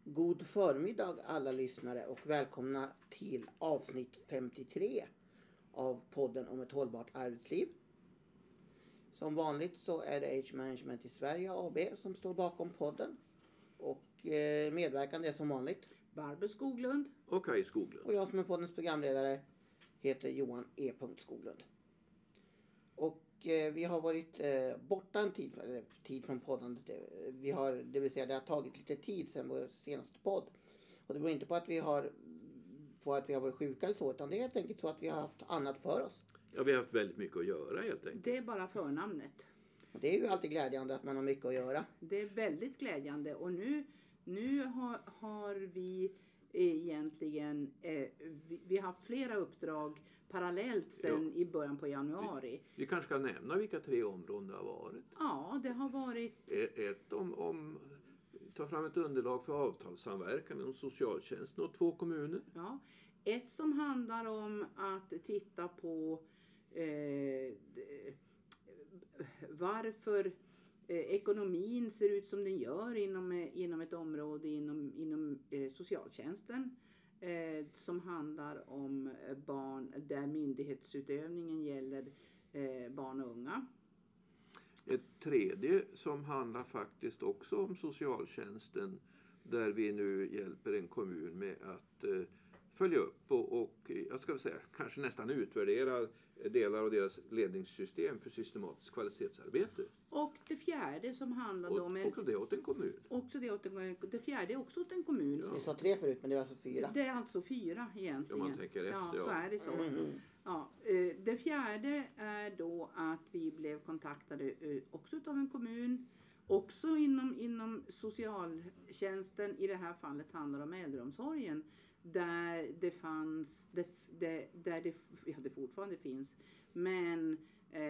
God förmiddag alla lyssnare och välkomna till avsnitt 53 av podden om ett hållbart arbetsliv. Som vanligt så är det Age Management i Sverige AB som står bakom podden. Och medverkande är som vanligt Barbro Skoglund och Kaj Skoglund. Och jag som är poddens programledare heter Johan E. Skoglund. Och vi har varit borta en tid från poddandet. Det vill säga det har tagit lite tid sedan vår senaste podd. Och det beror inte på att vi har varit sjuka eller så, utan det är helt enkelt så att vi har haft annat för oss. Ja, vi har haft väldigt mycket att göra helt enkelt. Det är bara förnamnet. Det är ju alltid glädjande att man har mycket att göra. Det är väldigt glädjande och nu har vi egentligen vi har haft flera uppdrag parallellt sedan i början på januari. Vi kanske ska nämna vilka 3 områden det har varit. Ja, det har varit... Ett om ta fram ett underlag för avtalssamverkan inom socialtjänsten och 2 kommuner. Ja, ett som handlar om att titta på varför ekonomin ser ut som den gör inom ett område inom socialtjänsten. Som handlar om barn där myndighetsutövningen gäller barn och unga. Ett tredje som handlar faktiskt också om socialtjänsten, där vi nu hjälper en kommun med att följa upp och jag ska säga kanske nästan utvärdera delar av deras ledningssystem för systematiskt kvalitetsarbete. Och det fjärde som handlade om också det åt en kommun. Det fjärde är också åt en kommun. Ja. Vi sa 3 förut, men det var alltså 4. Det är alltså 4 egentligen. Ja, man tänker efter. Ja, så är det så. Ja, det fjärde är då att vi blev kontaktade också av en kommun. Också inom socialtjänsten, i det här fallet handlar det om äldreomsorgen. Där det fanns, det fortfarande finns, men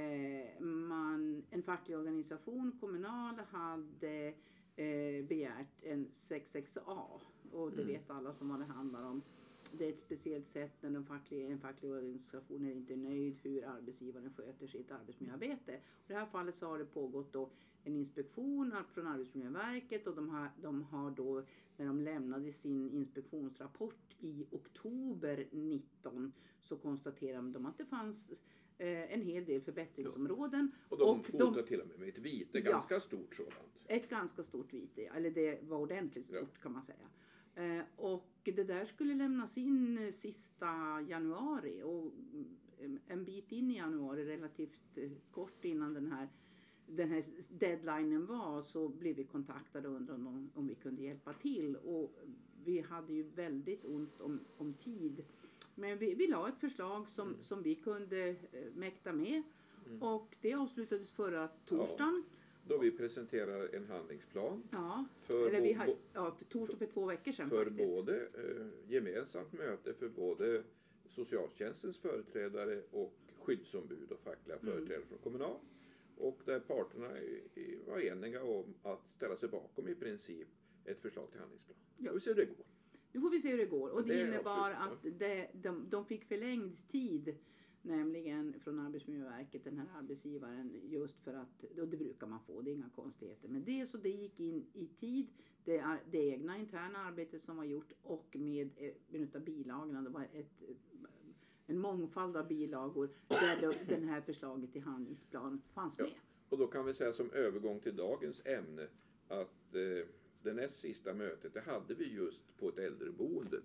en facklig organisation, kommunal, hade begärt en 66A. Och det vet alla som vad det handlar om. Det är ett speciellt sätt när en facklig organisation är inte nöjd hur arbetsgivaren sköter sitt arbetsmiljöarbete. I det här fallet så har det pågått då en inspektion från Arbetsmiljöverket och de har då, när de lämnade sin inspektionsrapport i oktober 19, så konstaterade de att det fanns en hel del förbättringsområden. Ja. Och de fotar till och med ett vite, ganska stort sådant. Ett ganska stort vite, eller det var ordentligt stort kan man säga. Och det där skulle lämnas in sista januari och en bit in i januari, relativt kort innan den här deadlinen var, så blev vi kontaktade och undrade om vi kunde hjälpa till. Och vi hade ju väldigt ont om tid. Men vi la ett förslag som vi kunde mäkta med. Och det avslutades förra torsdagen. Ja. Då vi presenterar en handlingsplan. Ja, för torsdag för 2 veckor sedan för faktiskt. Både gemensamt möte för både socialtjänstens företrädare och skyddsombud och fackliga företrädare från kommunal. Och där parterna var eniga om att ställa sig bakom i princip ett förslag till handlingsplan. Ja. Vi ser hur det går. Nu får vi se hur det går. Och det innebar att de fick förlängd tid, nämligen från Arbetsmiljöverket, den här arbetsgivaren, just för att, och det brukar man få, det är inga konstigheter. Men det, så det gick in i tid, det egna interna arbetet som var gjort och med utav bilagorna, det var en mångfald av bilagor där den här förslaget till handlingsplan fanns med. Och då kan vi säga som övergång till dagens ämne att det näst sista mötet, det hade vi just på ett äldreboende.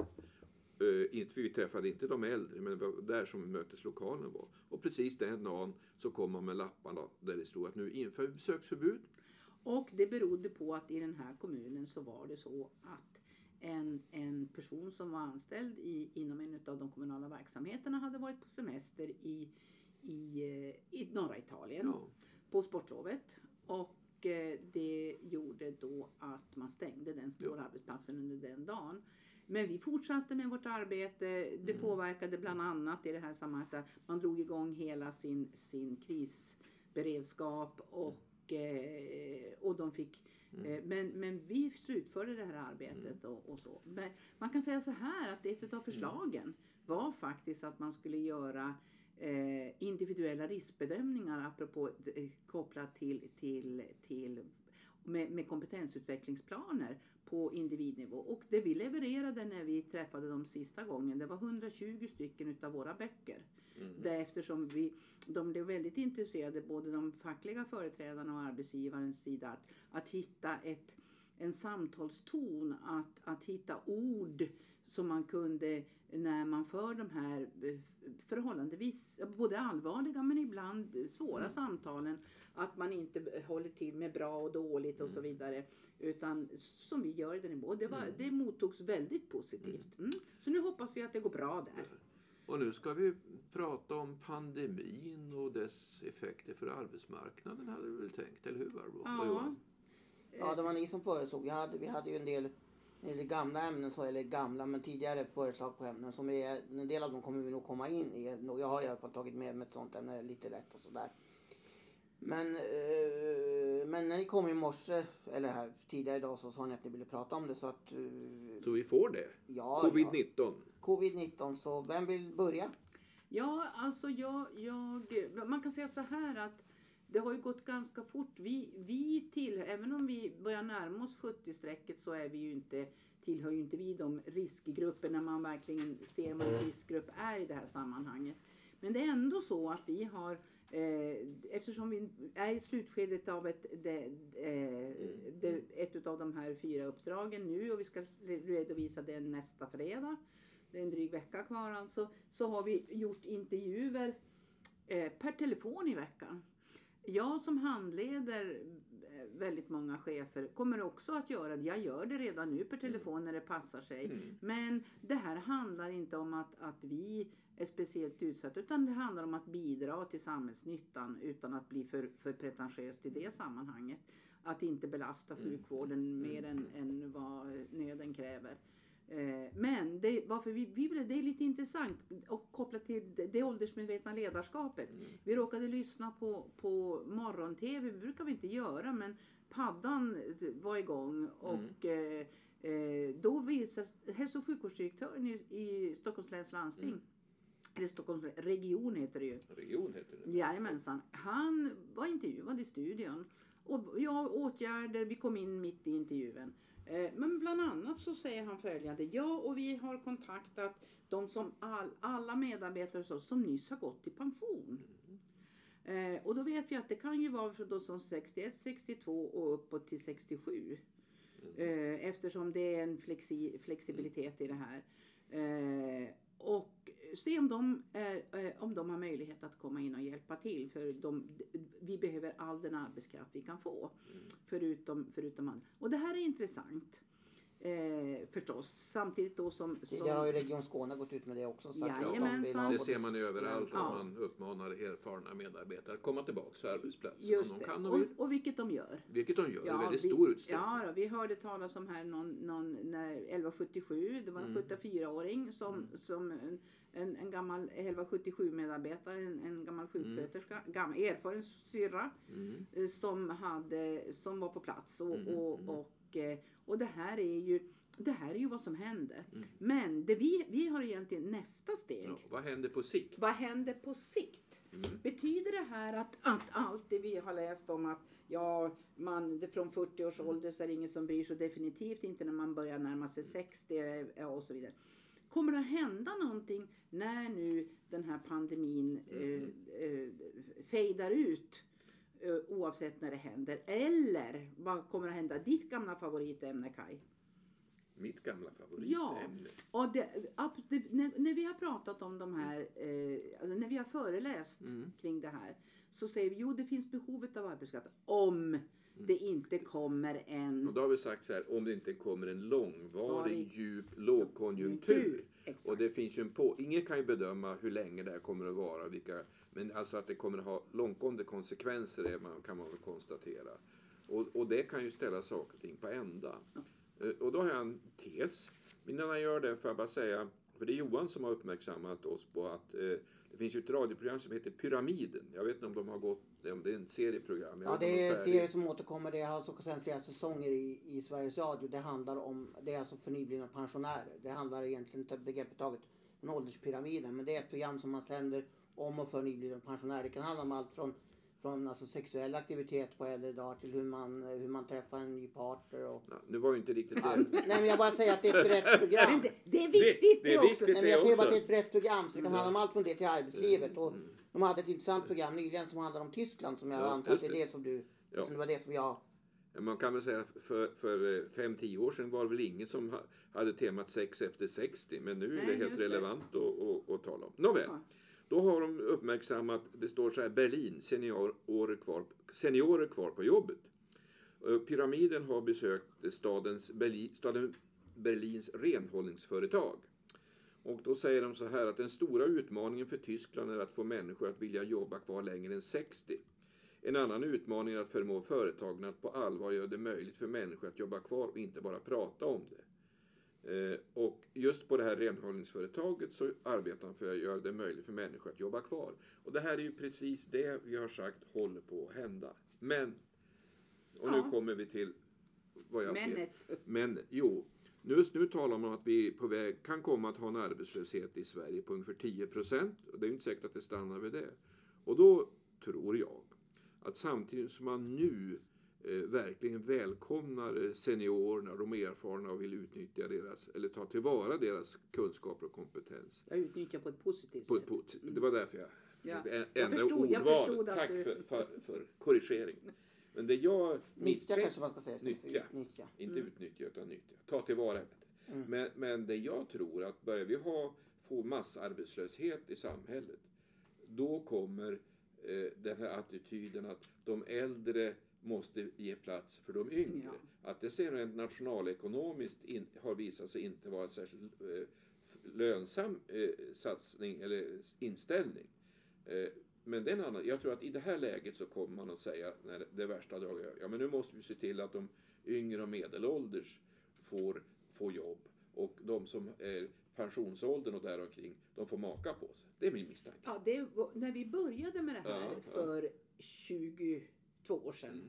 Vi träffade inte de äldre, men det var där som möteslokalen var. Och precis den dagen så kom man med lapparna där det stod att nu inför besöksförbud. Och det berodde på att i den här kommunen så var det så att en person som var anställd inom en av de kommunala verksamheterna hade varit på semester i norra Italien på sportlovet. Och det gjorde då att man stängde den stora arbetsplatsen under den dagen. Men vi fortsatte med vårt arbete. Det påverkade bland annat i det här sammanhanget att man drog igång hela sin krisberedskap och de fick men vi slutförde det här arbetet och så. Men man kan säga så här att ett av förslagen var faktiskt att man skulle göra individuella riskbedömningar apropå kopplat till med kompetensutvecklingsplaner på individnivå. Och det vi levererade när vi träffade dem sista gången, det var 120 stycken utav våra böcker. Eftersom de blev väldigt intresserade, både de fackliga företrädarna och arbetsgivarens sida, att hitta en samtalston, att hitta ord som man kunde, när man för de här förhållandevis både allvarliga men ibland svåra samtalen, att man inte håller till med bra och dåligt och så vidare, utan som vi gör i den nivå. Det mottogs väldigt positivt. Så nu hoppas vi att det går bra där. Och nu ska vi prata om pandemin och dess effekter för arbetsmarknaden, hade du väl tänkt, eller hur Barbro? Ja. Ja, det var ni som föreslog. Vi hade ju en del gamla ämnen, eller gamla men tidigare förslag på ämnen som en del av dem kommer vi nog komma in i. Jag har i alla fall tagit med mig ett sånt ämne lite lätt och sådär. Men när ni kom i morse, eller här tidigare idag, så sa ni att ni ville prata om det, så att... Så vi får det? Ja. Covid-19. Ja. Covid-19, så vem vill börja? Ja, alltså man kan säga så här att det har ju gått ganska fort. Även om vi börjar närma oss 70-strecket, så är vi ju tillhör ju inte vi de riskgrupper när man verkligen ser vad en riskgrupp är i det här sammanhanget. Men det är ändå så att vi har, eftersom vi är i slutskedet av ett av de här 4 uppdragen nu, och vi ska redovisa det nästa fredag, det är en dryg vecka kvar alltså, så har vi gjort intervjuer per telefon i veckan. Jag som handleder väldigt många chefer kommer också att göra det. Jag gör det redan nu per telefon när det passar sig. Men det här handlar inte om att vi är speciellt utsatta, utan det handlar om att bidra till samhällsnyttan utan att bli för pretentiöst i det sammanhanget. Att inte belasta sjukvården mer än vad nöden kräver. Men varför det är lite intressant och kopplat till det åldersmedvetna ledarskapet. Vi råkade lyssna på morgon-tv, det brukar vi inte göra, men paddan var igång och då visade hälso- och sjukvårdsdirektören i Stockholms läns landsting, eller Stockholms region heter det ju. Region heter det. Jajamensan. Han var intervjuad i studion och åtgärder, vi kom in mitt i intervjun. Men bland annat så säger han följande: ja, och vi har kontaktat de som alla medarbetare som nyss har gått i pension. Och då vet vi att det kan ju vara för de som 61, 62 och uppåt till 67. Eftersom det är en flexibilitet i det här. Och se om de har möjlighet att komma in och hjälpa till. För vi behöver all den arbetskraft vi kan få. Förutom andra. Och det här är intressant. Förstås. Samtidigt då som... Där har ju Region Skåne gått ut med det också. Så Jajamensan. Det ser man överallt om man uppmanar erfarna medarbetare att komma tillbaka till arbetsplatsen. Just det. Och vilket de gör. Vilket de gör i väldigt stor utsträckning. Ja, vi hörde talas om här när 1177, det var en 74-åring som en gammal 1177-medarbetare, en gammal sjuksköterska, erfaren syrra som var på plats och det här är ju vad som händer. Men det vi har egentligen nästa steg. Ja, vad händer på sikt? Vad händer på sikt? Betyder det här att allt det vi har läst om att det från 40 års ålder så är det ingen som bryr sig, definitivt inte när man börjar närma sig 60 och så vidare. Kommer det att hända någonting när nu den här pandemin fejdar ut? Oavsett när det händer. Eller vad kommer att hända? Ditt gamla favoritämne, Kai? Mitt gamla favoritämne? Ja, och när vi har pratat om de här, när vi har föreläst kring det här, så säger vi det finns behovet av arbetskraft om det inte kommer en... Och då har vi sagt så här, om det inte kommer en långvarig djup lågkonjunktur. Exakt. Och det finns ju ingen kan ju bedöma hur länge det här kommer att vara. Men alltså att det kommer att ha långtgående konsekvenser kan man väl konstatera. Och det kan ju ställa saker och ting på ända. Och då har jag en tes. Men innan jag gör det får jag bara säga, för det är Johan som har uppmärksammat oss på att det finns ju ett radioprogram som heter Pyramiden. Jag vet inte om de har gått, om det är en serieprogram. Ja, det är en serie som återkommer. Det har alltså sedan flera säsonger i Sveriges Radio. Det handlar om, det är alltså för nyblivna pensionärer. Det handlar egentligen inte begreppet taget om ålderspyramiden. Men det är ett program som man sänder om och för nyblivna pensionärer. Det kan handla om allt från från alltså sexuell aktivitet på äldre dagar till hur man träffar en ny partner. Och... Ja, det var ju inte riktigt Ja, det. nej, men jag bara säger att det är ett brett program. Men det är viktigt det är också. viktigt. Nej, men jag det säger bara också. att det är ett brett program så det kan handla om allt från det till arbetslivet. Och de hade ett intressant program nyligen som handlade om Tyskland som jag antar att just det är det som du, Ja. som det var det som jag... Man kan väl säga för 5-10 år sedan var det väl ingen som hade temat sex efter 60. Men nu är Nej, det helt just det. relevant att tala om. Nåväl, Ja. då har de uppmärksammat, det står så här, Berlin, seniorer kvar på jobbet. Pyramiden har besökt staden Berlins renhållningsföretag. Och då säger de så här att den stora utmaningen för Tyskland är att få människor att vilja jobba kvar längre än 60. En annan utmaning är att förmå företagen att på allvar göra det möjligt för människor att jobba kvar och inte bara prata om det. Och just på det här renhållningsföretaget så arbetar man för att göra det möjligt för människor att jobba kvar. Och det här är ju precis det vi har sagt håller på att hända. Men, och nu kommer vi till vad jag ser. Men, nu talar man om att vi på väg kan komma att ha en arbetslöshet i Sverige på ungefär 10%. Och det är ju inte säkert att det stannar vid det. Och då tror jag att samtidigt som man nu verkligen välkomnar seniorerna, de erfarna och vill utnyttja deras, eller ta tillvara deras kunskaper och kompetens. Jag utnyttjar på ett positivt sätt. Det var därför jag ändrade förstod ordvalet. att Tack du... för korrigering. Men det jag Nyttja kanske man ska säga. nyttja. Inte utnyttja utan nyttja. Ta tillvara. Men det jag tror att börjar vi få massarbetslöshet i samhället, då kommer den här attityden att de äldre måste ge plats för de yngre. Ja. Att det ser rent nationalekonomiskt har visat sig inte vara en särskilt lönsam satsning eller inställning. Men den annan, jag tror att i det här läget så kommer man att säga när det värsta draget över. Ja, men nu måste vi se till att de yngre och medelålders får jobb. Och de som är pensionsåldern och däromkring, de får maka på sig. Det är min misstanke. Ja, när vi började med det här för 22 år sedan.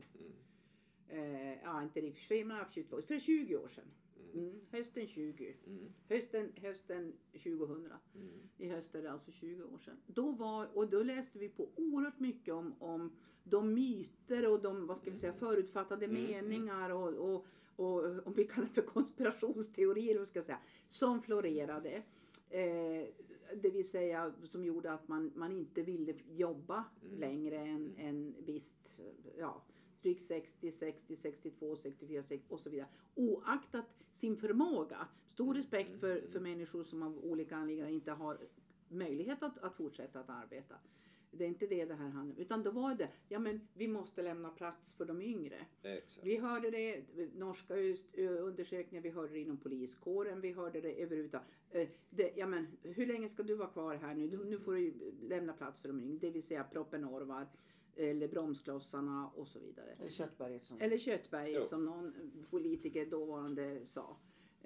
Inte riktigt, men 22, för 20 år sedan. Hösten 20. Hösten 2000. I höst är det alltså 20 år sedan. Då läste vi på oerhört mycket om de myter och de, vad ska vi säga, förutfattade meningar och om vi kallar det för konspirationsteorier, vad ska jag säga, som florerade. Det vill säga som gjorde att man inte ville jobba längre än visst, drygt 60, 62, 64 och så vidare. Oaktat sin förmåga. Stor respekt för människor som av olika anledningar inte har möjlighet att fortsätta att arbeta. Det är inte det här handlar om. Utan då var det, men vi måste lämna plats för de yngre. Exakt. Vi hörde det norska undersökningar, vi hörde det inom poliskåren, vi hörde det överhuvudtaget. Hur länge ska du vara kvar här nu? Nu får du lämna plats för de yngre. Det vill säga Propenorvar eller bromsklossarna och så vidare. Eller Köttberget som någon politiker dåvarande sa.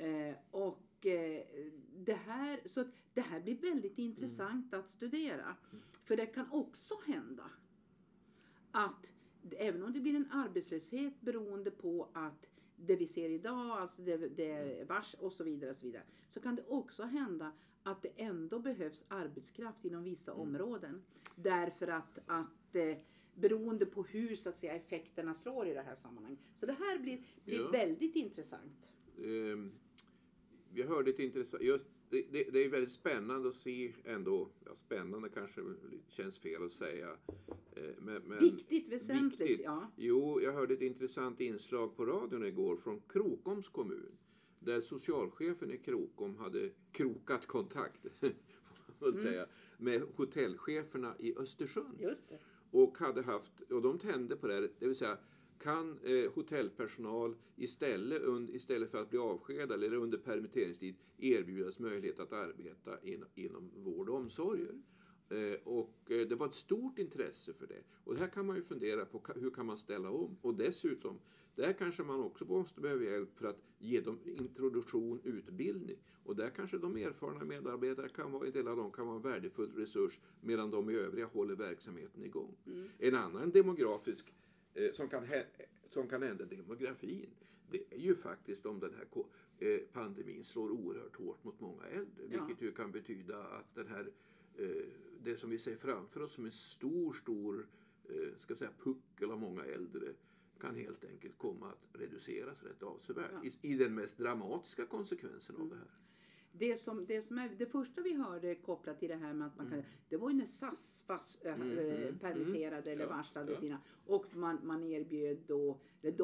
Det här blir väldigt intressant att studera. För det kan också hända att även om det blir en arbetslöshet beroende på att det vi ser idag, alltså det är vars och så vidare, så kan det också hända att det ändå behövs arbetskraft inom vissa områden. Därför att beroende på hur så att säga effekterna slår i det här sammanhanget. Så det här blir väldigt intressant. Vi hörde ett intressant, det är väldigt spännande att se ändå, spännande kanske känns fel att säga. Men viktigt, väsentligt, viktigt. Ja. Jo, jag hörde ett intressant inslag på radion igår från Krokoms kommun. Där socialchefen i Krokom hade krokat kontakt med hotellcheferna i Östersund. Just det. Och de tände på det här, det vill säga kan hotellpersonal istället för att bli avskedad eller under permitteringstid erbjudas möjlighet att arbeta inom vård och omsorger. Och det var ett stort intresse för det. Och det här kan man ju fundera på, hur kan man ställa om? Och dessutom, där kanske man också måste behöva hjälp för att ge dem introduktion, utbildning. Och där kanske de erfarna medarbetare en del av dem kan vara en värdefull resurs medan de i övriga håller verksamheten igång. En annan demografisk som kan ändra demografin, det är ju faktiskt om den här pandemin slår oerhört hårt mot många äldre. Vilket ju kan betyda att den här, det som vi ser framför oss som en stor puckel av många äldre kan helt enkelt komma att reduceras rätt avsevärt i den mest dramatiska konsekvensen av det här. Det första vi hörde kopplat till det här med att man kan, det var ju när SAS permitterade eller varslade sina, och man erbjöd då,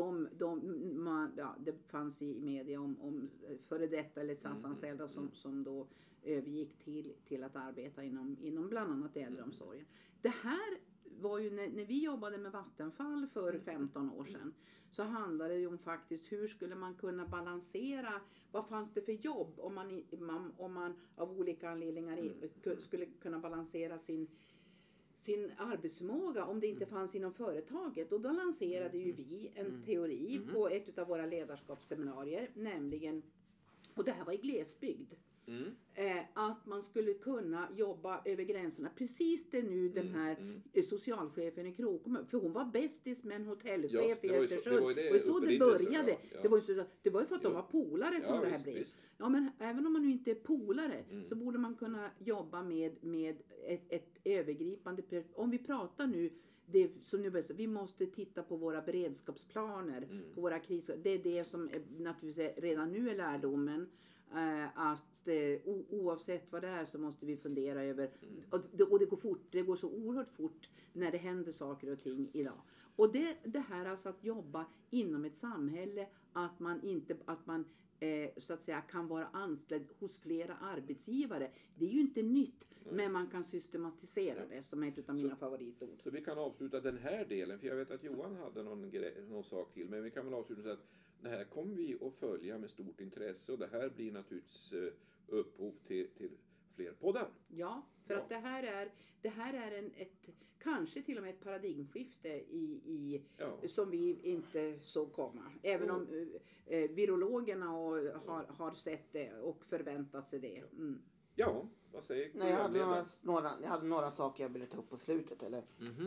det fanns i media om före detta eller SAS-anställda som då övergick till att arbeta inom bland annat äldreomsorgen. Det här var ju när vi jobbade med Vattenfall för 15 år sedan, så handlade det ju om faktiskt hur skulle man kunna balansera, vad fanns det för jobb om man av olika anledningar skulle kunna balansera sin arbetsförmåga om det inte fanns inom företaget. Och då lanserade ju vi en teori på ett av våra ledarskapsseminarier, nämligen, och det här var i glesbygd, att man skulle kunna jobba över gränserna. Precis det nu den här socialchefen i Krokom, för hon var bästis med en hotellchef i Östersund. Och så det började. Det var ju för att de var polare som det här blev. Visst. Ja, men även om man nu inte är polare så borde man kunna jobba med ett övergripande. Om vi pratar nu, vi måste titta på våra beredskapsplaner, på våra kriser. Det är det som naturligtvis redan nu är lärdomen. Att oavsett vad det är så måste vi fundera över, och det går fort, det går så oerhört fort när det händer saker och ting idag. Och det här alltså att jobba inom ett samhälle, att man så att säga kan vara anställd hos flera arbetsgivare, det är ju inte nytt, men man kan systematisera det som är ett av mina favoritord. Så vi kan avsluta den här delen, för jag vet att Johan hade någon sak till, men vi kan väl avsluta så att det här kommer vi att följa med stort intresse, och det här blir naturligtvis upphov till fler poddar. Ja, för att det här är kanske till och med ett paradigmskifte som vi inte såg komma. Även om virologerna har sett det och förväntat sig det. Ja, vad säger du? Nej, jag hade några saker jag ville ta upp på slutet. Eller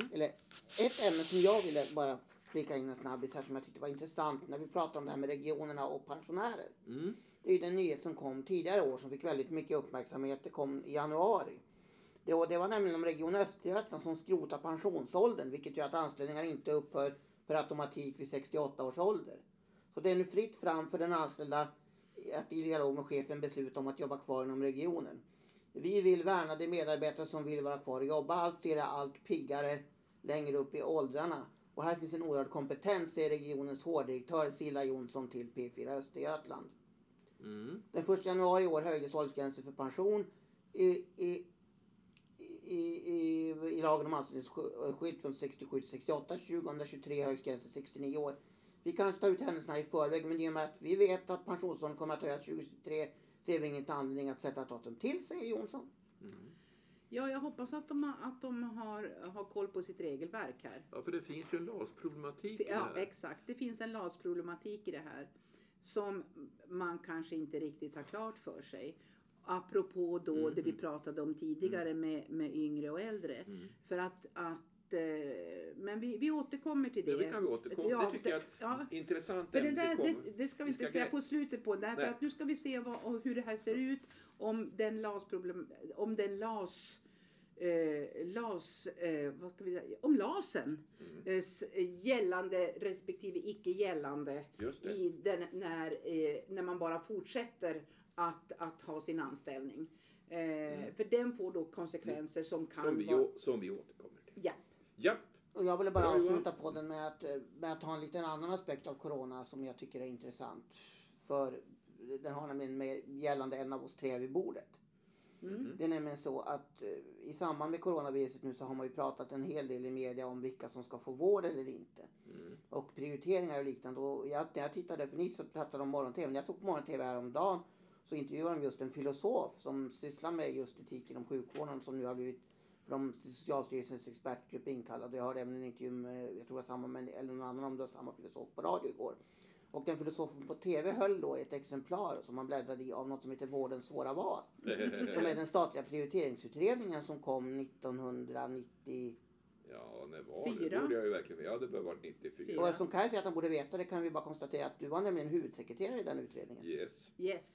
ett ämne som jag ville bara flika in en snabbis här som jag tyckte var intressant när vi pratade om det här med regionerna och pensionärer. Det är ju den nyhet som kom tidigare år som fick väldigt mycket uppmärksamhet. Det kom i januari. Det var nämligen om Region Östergötland som skrotar pensionsåldern, vilket gör att anställningar inte upphör per automatik vid 68 års ålder. Så det är nu fritt fram för den anställda att i dialog med chefen besluta om att jobba kvar inom regionen. Vi vill värna de medarbetare som vill vara kvar och jobba. Allt fler är allt piggare längre upp i åldrarna. Och här finns en oerhörd kompetens, säger regionens hårddirektör Silla Jonsson till P4 Östergötland. Den 1 januari i år höjdes åldersgränsen för pension i lagen om anställningsskydd från 67 till 68. 2023 höjs gränsen 69 år. Vi kanske tar ut händelserna i förväg, men i och med att vi vet att pensionsåldern kommer att höjas 2023 ser vi ingen anledning att sätta datum till, säger Jonsson. Ja, jag hoppas att de har koll på sitt regelverk här. Ja, för det finns ju en LAS-problematik i det här. Ja, exakt. Det finns en LAS-problematik i det här som man kanske inte riktigt har klart för sig. Apropå då det vi pratade om tidigare med yngre och äldre. För att men vi återkommer till det. Ja, det kan vi återkomma. Ja, det tycker jag är intressant. För det ska vi inte säga på slutet på. Därför att nu ska vi se hur det här ser ut. Om LASen gällande respektive icke gällande i när man bara fortsätter att ha sin anställning. För den får då konsekvenser som vi återkommer till. Ja. Och jag ville bara avsluta podden med att ta en liten annan aspekt av corona som jag tycker är intressant. För den har nämligen med gällande en av oss tre vid bordet. Det är nämligen så att i samband med coronaviruset nu så har man ju pratat en hel del i media om vilka som ska få vård eller inte. Och prioriteringar och liknande. Och när jag tittade, för ni så pratade om morgon-tv. När jag såg på morgon-tv häromdagen så intervjuade de just en filosof som sysslar med just etik inom sjukvården som nu har blivit från Socialstyrelsens expertgrupp inkallad. Jag hörde även en intervju med, jag tror eller någon annan om det var samma filosof på radio igår. Och den filosofen på tv höll då ett exemplar som man bläddrade i av något som heter Vårdens svåra val. Som är den statliga prioriteringsutredningen som kom 1990. Ja, när var det? Det borde jag ju verkligen. Ja, det bör vara 94. Och eftersom Kaj säger att han borde veta det kan vi bara konstatera att du var nämligen huvudsekreterare i den utredningen. Yes.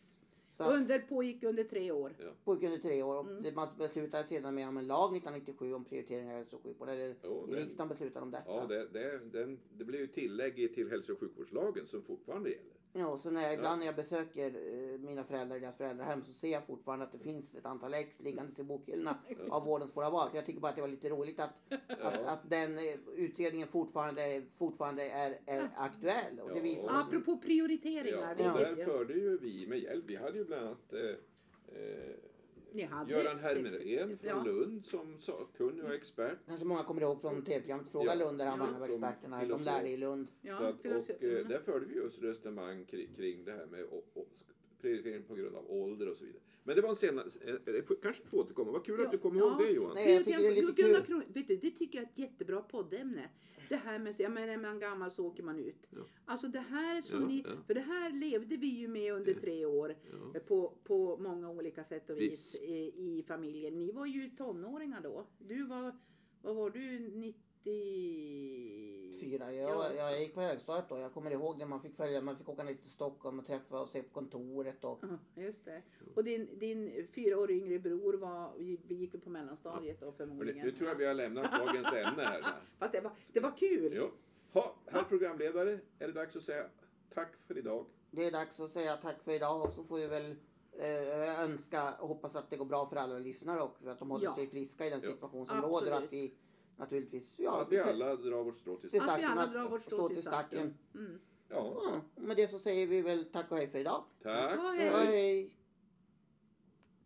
Så att, Pågick under 3 år. Ja. pågick under 3 år. Och man beslutade sedan med om en lag 1997 om prioriteringar av hälso- och sjukvård. Eller i riksdagen beslutade om detta. Ja, det blev ju tillägg till hälso- och sjukvårdslagen som fortfarande gäller. Ja, så ibland när jag besöker mina föräldrar i deras föräldrahem så ser jag fortfarande att det finns ett antal ex liggandes i bokhyllorna av vårdens svåra val. Så jag tycker bara att det var lite roligt att den utredningen fortfarande är aktuell. Och det Ja, visar Apropå prioriteringar. Ja, och vilket där ju- förde ju vi med hjälp. Vi hade ju bland annat Ni hade- Göran Hermerén från Ja. Lund som sakkunnig och expert. kanske många kommer ihåg från tv-programmet Fråga Ja. Lund där han var en av Som experterna. De filosof. lärde i Lund. Ja, Så att, filosofi- där förde vi just resonemang kring det här med prioritering på grund av ålder och så vidare. Men det var en senare, kanske få återkomma. Vad kul att du kom ihåg det, Johan. Nej, jag tycker det är lite Gunnar kul. Vet du, det tycker jag är ett jättebra poddämne. Det här med, jag menar, när man är gammal så åker man ut. Ja. Alltså det här som Ja, ni, ja. för det här levde vi ju med under 3 år. Ja. På många olika sätt och vis Visst. i familjen. Ni var ju tonåringar då. Du var, vad var du, 4. Ja. Jag gick på högstadiet då. Jag kommer ihåg när man fick åka ner till Stockholm och träffa och se på kontoret. Och, Ja, just det. Och din 4 år yngre bror vi gick ju på mellanstadiet då Hörrni, förmodligen. nu tror jag vi har lämnat dagens ämne här. Fast det var kul. Ja. Herr programledare, är det dags att säga tack för idag. det är dags att säga tack för idag och så får vi väl önska och hoppas att det går bra för alla lyssnare och att de håller Ja. sig friska i den Ja. situation som Absolut. råder. Att vi naturligtvis Att vi alla drar vårt strå till till stacken. Att vi stacken, alla drar vårt strå till stacken. stacken. Mm. Ja, Ja, och med det så säger vi väl tack och hej för idag. tack. Ja, hej. Hej.